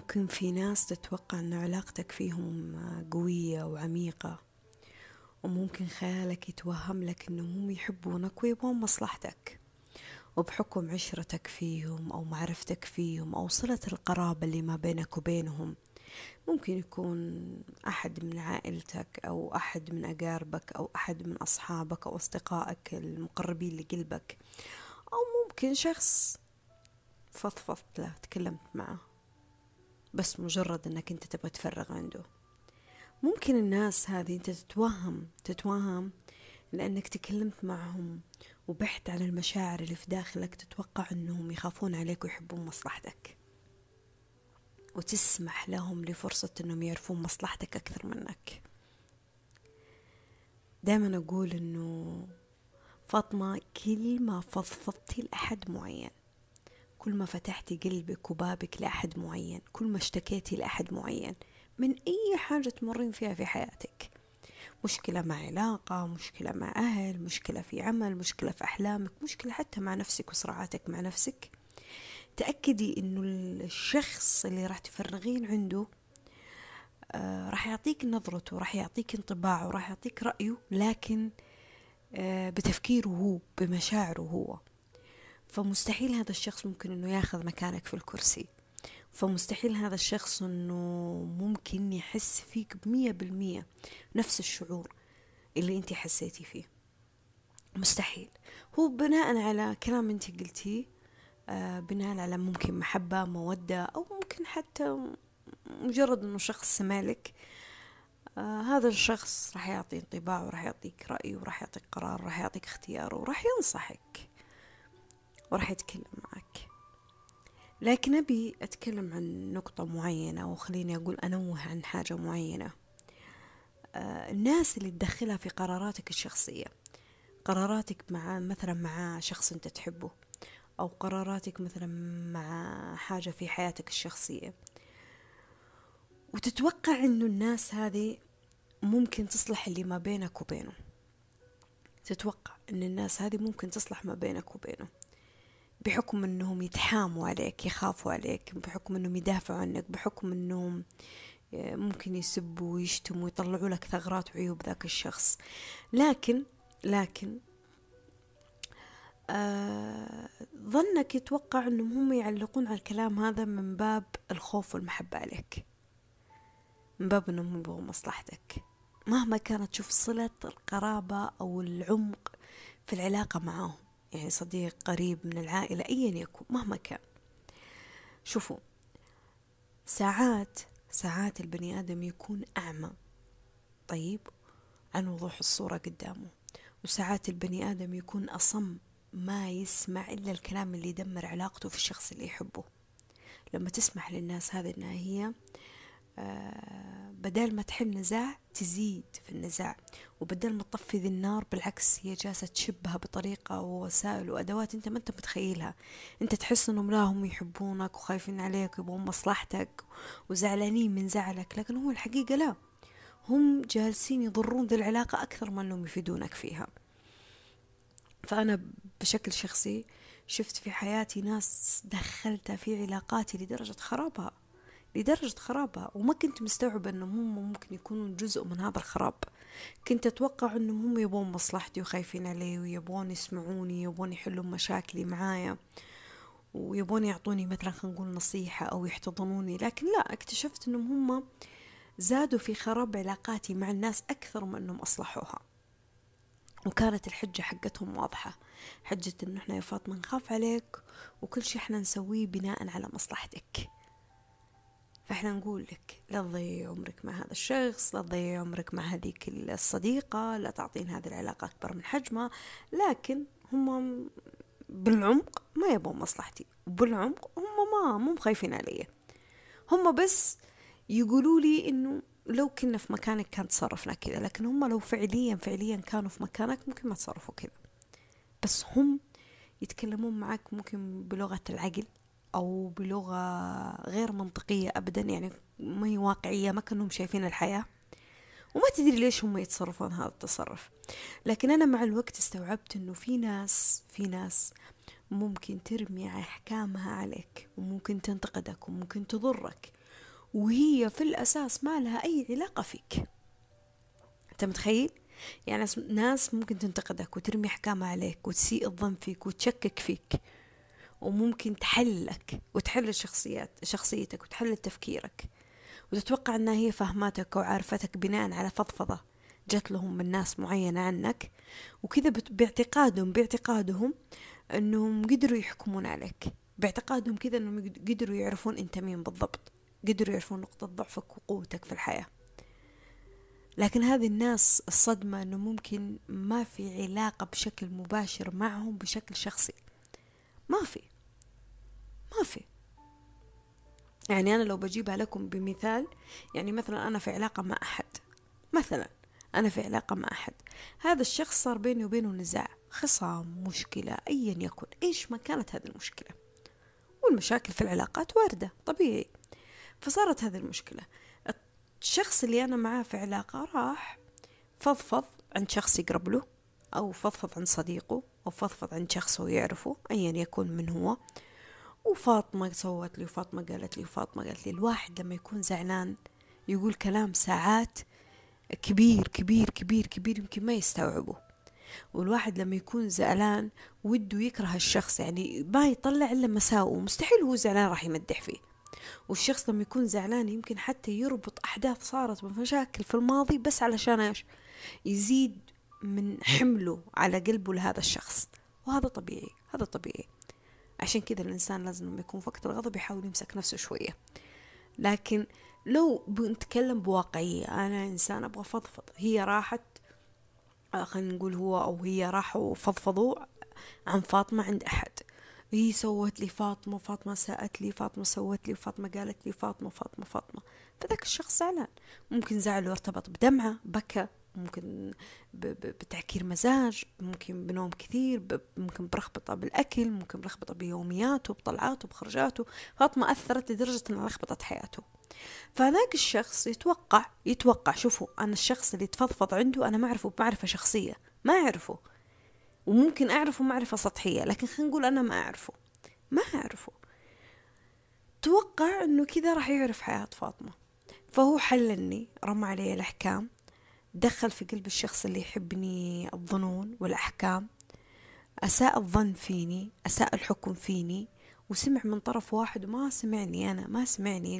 ممكن في ناس تتوقع أن علاقتك فيهم قوية وعميقة، وممكن خيالك يتوهم لك أنهم يحبونك ويبون مصلحتك، وبحكم عشرتك فيهم أو معرفتك فيهم أو صلة القرابة اللي ما بينك وبينهم. ممكن يكون أحد من عائلتك أو أحد من أقاربك أو أحد من أصحابك أو أصدقائك المقربين لقلبك، أو ممكن شخص فضفضت له تكلمت معه بس مجرد أنك أنت تبغى تفرغ عنده. ممكن الناس هذه أنت تتوهم لأنك تكلمت معهم وبحث عن المشاعر اللي في داخلك، تتوقع أنهم يخافون عليك ويحبون مصلحتك، وتسمح لهم لفرصة أنهم يعرفون مصلحتك أكثر منك. دائما أقول أنه فاطمة، كل ما فضفضتي لأحد معين، كل ما فتحتي قلبك وبابك لأحد معين، كل ما اشتكيتي لأحد معين من أي حاجة تمرين فيها في حياتك، مشكلة مع علاقة، مشكلة مع أهل، مشكلة في عمل، مشكلة في أحلامك، مشكلة حتى مع نفسك وصراعاتك مع نفسك، تأكدي إنه الشخص اللي راح تفرغين عنده راح يعطيك نظرته، راح يعطيك انطباعه، راح يعطيك رأيه، لكن بتفكيره هو، بمشاعره هو. فمستحيل هذا الشخص ممكن إنه ياخذ مكانك في الكرسي، فمستحيل هذا الشخص إنه ممكن يحس فيك ب100% نفس الشعور اللي انتي حسيتي فيه. مستحيل. هو بناء على كلام انتي قلتيه، بناء على ممكن محبة، مودة، أو ممكن حتى مجرد أنه شخص سمالك. هذا الشخص راح يعطي انطباع، وراح يعطيك رأي، وراح يعطيك قرار، وراح يعطيك اختيار، وراح ينصحك، وراح يتكلم معك. لكن أبي أتكلم عن نقطة معينة، وخليني أقول أنوه عن حاجة معينة. الناس اللي تدخلها في قراراتك الشخصية، قراراتك مع مثلا مع شخص أنت تحبه، أو قراراتك مثلا مع حاجة في حياتك الشخصية، وتتوقع أنه الناس هذه ممكن تصلح اللي ما بينك وبينه. تتوقع أن الناس هذه ممكن تصلح ما بينك وبينه، بحكم أنهم يتحاموا عليك، يخافوا عليك، بحكم أنهم يدافعوا عنك، بحكم أنهم ممكن يسبوا ويشتموا ويطلعوا لك ثغرات وعيوب ذاك الشخص. لكن ظنك يتوقع أنهم هم يعلقون على الكلام هذا من باب الخوف والمحبة عليك، من باب أنهم يبغوا مصلحتك، مهما كانت تشوف صلة القرابة أو العمق في العلاقة معهم، يعني صديق قريب من العائلة أيا يكن، مهما كان. شوفوا، ساعات البني آدم يكون أعمى، طيب، عن وضوح الصورة قدامه، وساعات البني آدم يكون أصم، ما يسمع إلا الكلام اللي يدمر علاقته في الشخص اللي يحبه. لما تسمح للناس هذه إنها هي بدل ما تحل نزاع تزيد في النزاع، وبدل ما تطفي ذي النار بالعكس هي جالسة تشبها بطريقة ووسائل وأدوات أنت ما أنت متخيلها. أنت تحس أنهم لا، هم يحبونك وخايفين عليك ويبغون مصلحتك وزعلانين من زعلك، لكن هو الحقيقة لا، هم جالسين يضرون ذي العلاقة أكثر من أنهم يفيدونك فيها. فأنا بشكل شخصي شفت في حياتي ناس دخلتها في علاقاتي لدرجة خرابها وما كنت مستوعبة أنهم هم ممكن يكونون جزء من هذا الخراب. كنت أتوقع أنهم هم يبون مصلحتي وخايفين علي ويبون يسمعوني، يبون يحلون مشاكلي معايا، ويبون يعطوني مثلا خلينا نقول نصيحة أو يحتضنوني، لكن لا، اكتشفت أنهم هم زادوا في خراب علاقاتي مع الناس أكثر من أنهم أصلحوها. وكانت الحجة حقتهم واضحة، حجة إنه إحنا يا فاطمة نخاف عليك، وكل شيء إحنا نسويه بناء على مصلحتك. فإحنا نقول لك لا تضيعي عمرك مع هذا الشخص، لا تضيعي عمرك مع هذيك الصديقة، لا تعطين هذه العلاقة أكبر من حجمها. لكن هم بالعمق ما يبون مصلحتي، وبالعمق هم ما مو خايفين علي، هم بس يقولوا لي إنه لو كنا في مكانك كان تصرفنا كذا، لكن هم لو فعليا كانوا في مكانك ممكن ما تصرفوا كذا. بس هم يتكلمون معك ممكن بلغة العقل أو بلغة غير منطقية أبدا، يعني ما هي واقعية، ما كانوا شايفين الحياة، وما تدري ليش هم يتصرفون هذا التصرف. لكن أنا مع الوقت استوعبت أنه في ناس ممكن ترمي أحكامها عليك، وممكن تنتقدك، وممكن تضرك، وهي في الأساس ما لها أي علاقة فيك. أنت متخيل؟ يعني ناس ممكن تنتقدك وترمي أحكامها عليك وتسيء الظن فيك وتشكك فيك، وممكن تحللك وتحلل شخصيتك وتحلل تفكيرك، وتتوقع أنها هي فهماتك وعارفتك بناء على فضفضة جات لهم من ناس معينة عنك، وكذا باعتقادهم أنهم قدروا يحكمون عليك، باعتقادهم كذا أنهم قدروا يعرفون أنت مين بالضبط، قدروا يعرفون نقطة ضعفك وقوتك في الحياة. لكن هذه الناس الصدمة أنه ممكن ما في علاقة بشكل مباشر معهم بشكل شخصي، ما في. يعني أنا لو بجيبها لكم بمثال، يعني مثلا أنا في علاقة مع أحد، هذا الشخص صار بيني وبينه نزاع، خصام، مشكلة، أيا يكن إيش ما كانت هذه المشكلة، والمشاكل في العلاقات واردة طبيعي. فصارت هذه المشكلة، الشخص اللي أنا معاه في علاقة راح فضفض عن شخص يقرب له، أو فضفض عن صديقه، أو فضفض عن شخص هو يعرفه أيا يكن من هو، وفاطمة سوت لي، وفاطمة قالت لي، وفاطمة قالت لي. الواحد لما يكون زعلان يقول كلام ساعات كبير كبير كبير كبير يمكن ما يستوعبه، والواحد لما يكون زعلان وده يكره الشخص، يعني ما يطلع إلا مساوئه، مستحيل هو زعلان راح يمدح فيه. والشخص لما يكون زعلان يمكن حتى يربط أحداث صارت بمشاكل في الماضي بس علشان إيش؟ يزيد من حمله على قلبه لهذا الشخص، وهذا طبيعي، هذا طبيعي. عشان كذا الإنسان لازم لما يكون في وقت الغضب يحاول يمسك نفسه شوية. لكن لو بنتكلم بواقعية، أنا إنسان أبغى فضفض، هي راحت خلينا نقول هو أو هي راحوا فضفضوا عن فاطمة عند أحد، هي سوت لي فاطمة، فاطمة ساءت لي، فاطمة سوت لي، وفاطمة قالت لي، فاطمة. فذاك الشخص زعلان، ممكن زعله ارتبط بدمعة بكى، ممكن بتعكير مزاج، ممكن بنوم كثير، ممكن برخبطة بالأكل، ممكن برخبطة بيومياته، بطلعاته، بخرجاته. فاطمة أثرت لدرجة أنها لخبطت حياته. فذاك الشخص يتوقع شوفوا، أنا الشخص اللي تفضفض عنده أنا ما أعرفه بمعرفة شخصية، ما أعرفه، وممكن أعرفه معرفة سطحية، لكن خلينا نقول أنا ما أعرفه. توقع أنه كذا راح يعرف حياة فاطمة، فهو حللني، رمى علي الأحكام، دخل في قلب الشخص اللي يحبني الظنون والأحكام، أساء الظن فيني، أساء الحكم فيني، وسمع من طرف واحد وما سمعني، أنا ما سمعني،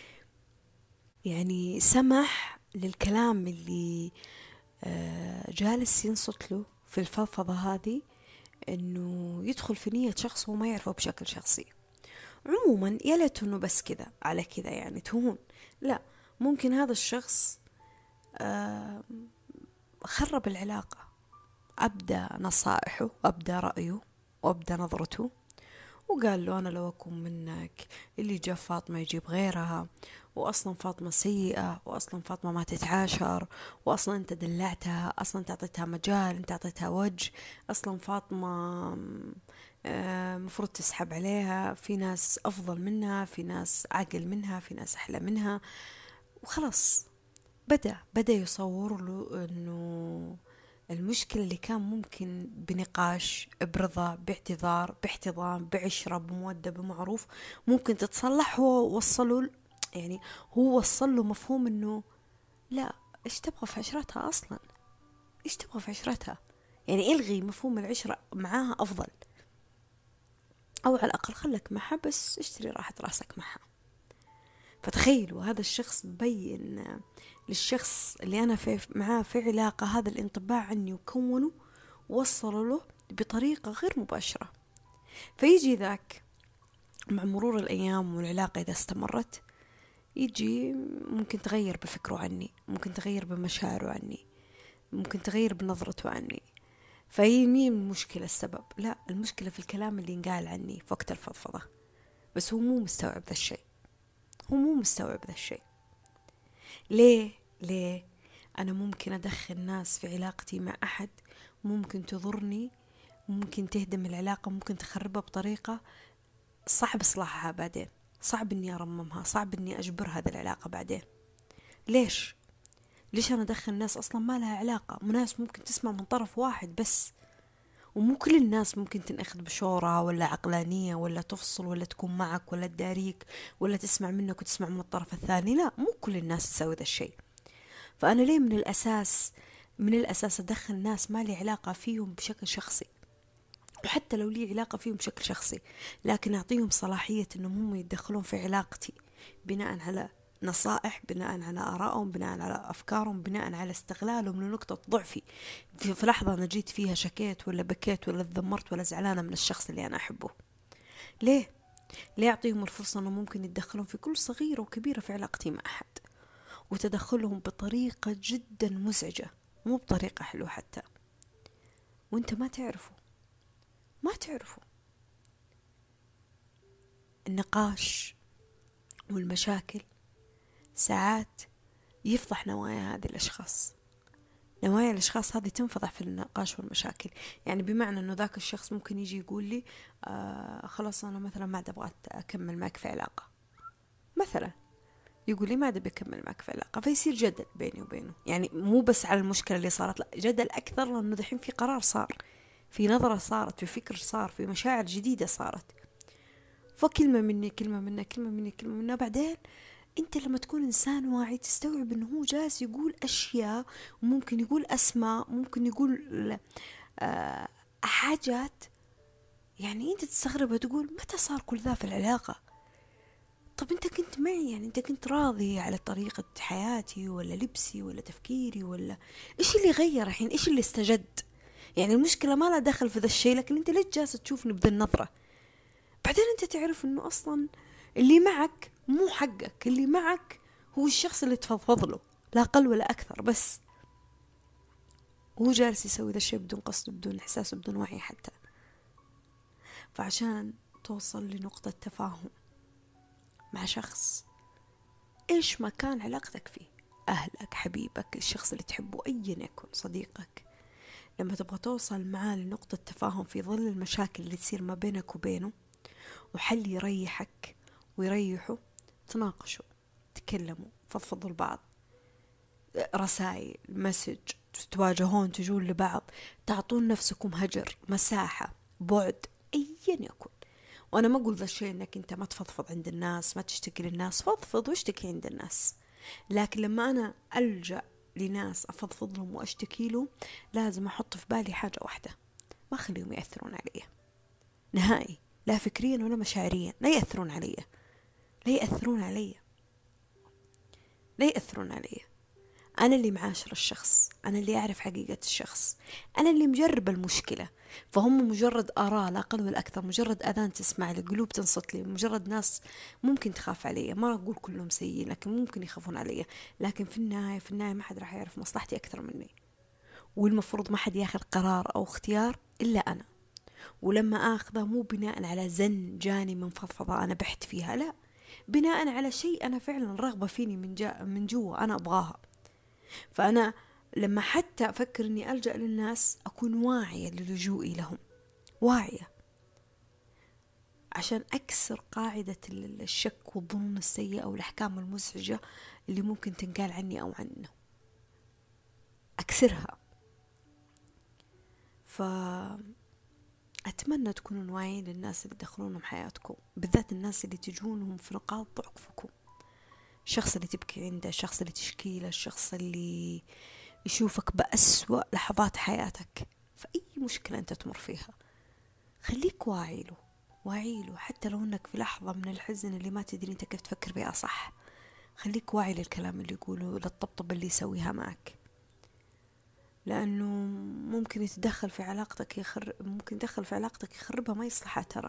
يعني سمح للكلام اللي جالس ينصت له في الفضفضة هذه انه يدخل في نية شخص هو ما يعرفه بشكل شخصي. عموما يا ليت انه بس كذا على كذا يعني تهون، لا، ممكن هذا الشخص خرب العلاقة، أبدأ نصائحه، أبدأ رأيه، وأبدأ نظرته، وقال له أنا لو أكون منك اللي جاب فاطمة يجيب غيرها، وأصلا فاطمة سيئة، وأصلا فاطمة ما تتعاشر، وأصلا أنت دلعتها، أصلا أنت أعطيتها مجال، أنت أعطيتها وجه، أصلا فاطمة مفروض تسحب عليها، في ناس أفضل منها، في ناس عقل منها، في ناس أحلى منها. وخلاص بدأ يصور له أنه المشكلة اللي كان ممكن بنقاش، برضا، باعتذار، باحتضان، بعشرة، بمودة، بمعروف ممكن تتصلح. هو يعني هو وصل له مفهوم انه لا، ايش تبغى في عشرتها اصلا، ايش تبغى في عشرتها، يعني الغي مفهوم العشرة معاها افضل، او على الاقل خلك معها بس اشتري راحة راسك معها. فتخيلوا هذا الشخص بين للشخص اللي أنا معاه في علاقة هذا الانطباع عني وكونه، وصل له بطريقة غير مباشرة. فيجي ذاك مع مرور الأيام والعلاقة إذا استمرت، يجي ممكن تغير بفكره عني، ممكن تغير بمشاعره عني، ممكن تغير بنظرته عني. فهي مين المشكلة؟ السبب لا، المشكلة في الكلام اللي انقال عني في وقت الفضفضة. بس هو مو مستوعب ذا الشيء، ليه أنا ممكن أدخل ناس في علاقتي مع أحد، ممكن تضرني، ممكن تهدم العلاقة، ممكن تخربها بطريقة صعب إصلاحها بعدين، صعب إني أرممها، صعب إني أجبر هذه العلاقة بعدين. ليش أنا أدخل ناس أصلا ما لها علاقة، ناس ممكن تسمع من طرف واحد بس، ومو كل الناس ممكن تنأخذ بشورة ولا عقلانية ولا تفصل ولا تكون معك ولا تداريك ولا تسمع منك وتسمع من الطرف الثاني. لا، مو كل الناس تسوي ذا الشيء. فأنا ليه من الأساس أدخل ناس ما لي علاقة فيهم بشكل شخصي، وحتى لو لي علاقة فيهم بشكل شخصي، لكن أعطيهم صلاحية أنهم هم يتدخلون في علاقتي بناء على نصائح، بناء على آرائهم، بناء على أفكارهم، بناء على استغلالهم لنقطة ضعفي في لحظة أنا جيت فيها شكيت ولا بكيت ولا تذمرت ولا زعلانة من الشخص اللي أنا أحبه. ليه؟ ليه أعطيهم الفرصة أنه ممكن يتدخلون في كل صغيرة وكبيرة في علاقتي مع أحد، وتدخلهم بطريقة جدا مزعجة، مو بطريقة حلوة حتى، وانت ما تعرفوا. النقاش والمشاكل ساعات يفضح نوايا هذه الأشخاص. نوايا الأشخاص هذه تنفضح في النقاش والمشاكل. يعني بمعنى أنه ذاك الشخص ممكن يجي يقول لي خلاص أنا مثلا ما أبغى أكمل معك في علاقة، مثلا يقول لي ما أبغى أكمل معك في علاقة، فيصير جدل بيني وبينه. يعني مو بس على المشكلة اللي صارت، لا، جدل أكثر، لأنه دحين في قرار صار، في نظرة صارت، في فكر صار، في مشاعر جديدة صارت. فكلمة مني كلمة منه كلمة مني كلمة منه، بعدين انت لما تكون انسان واعي تستوعب انه هو جالس يقول اشياء، وممكن يقول اسماء، ممكن يقول آه حاجات يعني انت تستغرب تقول متى صار كل ذا في العلاقة؟ طب انت كنت معي، يعني انت كنت راضي على طريقة حياتي ولا لبسي ولا تفكيري، ولا ايش اللي غير الحين؟ ايش اللي استجد؟ يعني المشكلة ما لها دخل في ذا الشيء، لكن انت ليش جالس تشوفني بذا النظرة؟ بعدين انت تعرف انه اصلا اللي معك مو حقك، اللي معك هو الشخص اللي تفضفض له، لا اقل ولا اكثر، بس هو جالس يسوي ذا الشيء بدون قصد، بدون احساس، بدون وعي حتى. فعشان توصل لنقطة تفاهم مع شخص ايش ما كان علاقتك فيه، اهلك، حبيبك، الشخص اللي تحبه ايا يكن، صديقك، لما تبغى توصل معاه لنقطة تفاهم في ظل المشاكل اللي تصير ما بينك وبينه، وحل يريحك ويريحه، تناقشوا، تكلموا، فضفضوا لبعض، رسائل، مسج، تواجهون، تجون لبعض، تعطون نفسكم هجر، مساحة، بعد، أيا يكن. وأنا ما أقول ذا الشيء أنك أنت ما تفضفض عند الناس، ما تشتكي للناس، فضفض واشتكي عند الناس، لكن لما أنا ألجأ لناس أفضفض لهم وأشتكي لهم، لازم أحط في بالي حاجة واحدة، ما أخليهم يأثرون علي نهائي، لا فكريا ولا مشاعريا، لا يأثرون علي، لا يأثرون علي، لا يأثرون علي. أنا اللي معاشر الشخص، أنا اللي أعرف حقيقة الشخص، أنا اللي مجرب المشكلة. فهم مجرد آراء لا أقل ولا أكثر، مجرد أذان تسمع لي، قلوب تنصت لي، مجرد ناس ممكن تخاف علي. ما أقول كلهم سيئين، لكن ممكن يخافون علي، لكن في النهاية ما حد راح يعرف مصلحتي أكثر مني، والمفروض ما حد ياخذ قرار أو اختيار إلا أنا. ولما آخذه مو بناء على زن جاني من فضفضة أنا بحت فيها، لا، بناء على شيء أنا فعلا رغبة فيني من جوا أنا أبغاها. فأنا لما حتى أفكر أني ألجأ للناس أكون واعية للجوئي لهم، واعية، عشان أكسر قاعدة الشك والظنون السيئة والأحكام المزعجة اللي ممكن تنقال عني أو عنه، أكسرها. فأتمنى تكونوا واعيين للناس اللي تدخلونهم حياتكم، بالذات الناس اللي تجونهم في نقاط ضعفكم، الشخص اللي تبكي عنده، الشخص اللي تشكي له، الشخص اللي يشوفك بأسوأ لحظات حياتك. فأي مشكلة أنت تمر فيها خليك واعي له حتى لو أنك في لحظة من الحزن اللي ما تدري أنت كيف تفكر بها صح، خليك واعي للكلام اللي يقوله، للطبطبة اللي يسويها معك، لأنه ممكن يتدخل في علاقتك ممكن يدخل في علاقتك يخربها، ما يصلحها ترى.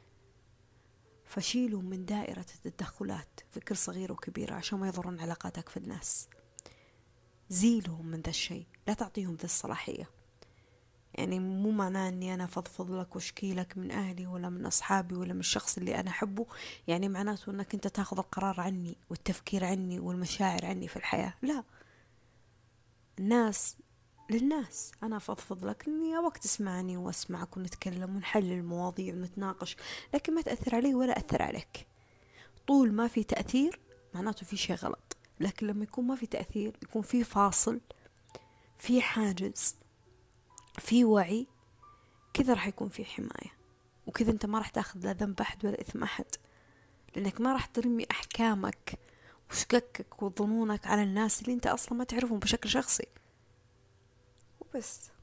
فشيلوا من دائرة التدخلات في كل صغيرة وكبيرة عشان ما يضرون علاقاتك في الناس، زيلهم من ذا الشيء، لا تعطيهم ذا الصلاحية. يعني مو معناه أني أنا فضفض لك واشكي لك من أهلي ولا من أصحابي ولا من الشخص اللي أنا أحبه، يعني معناته أنك أنت تاخذ القرار عني والتفكير عني والمشاعر عني في الحياة، لا. الناس للناس، أنا فضفض لك إني أبغاك تسمعني وأسمعك ونتكلم ونحلل المواضيع ونتناقش، لكن ما تأثر علي ولا أثر عليك. طول ما في تأثير معناته في شيء غلط، لكن لما يكون ما في تأثير، يكون في فاصل، في حاجز، في وعي، كذا راح يكون في حماية، وكذا انت ما راح تاخذ لا ذنب أحد ولا إثم أحد، لأنك ما راح ترمي أحكامك وشككك وظنونك على الناس اللي انت أصلا ما تعرفهم بشكل شخصي. وبس.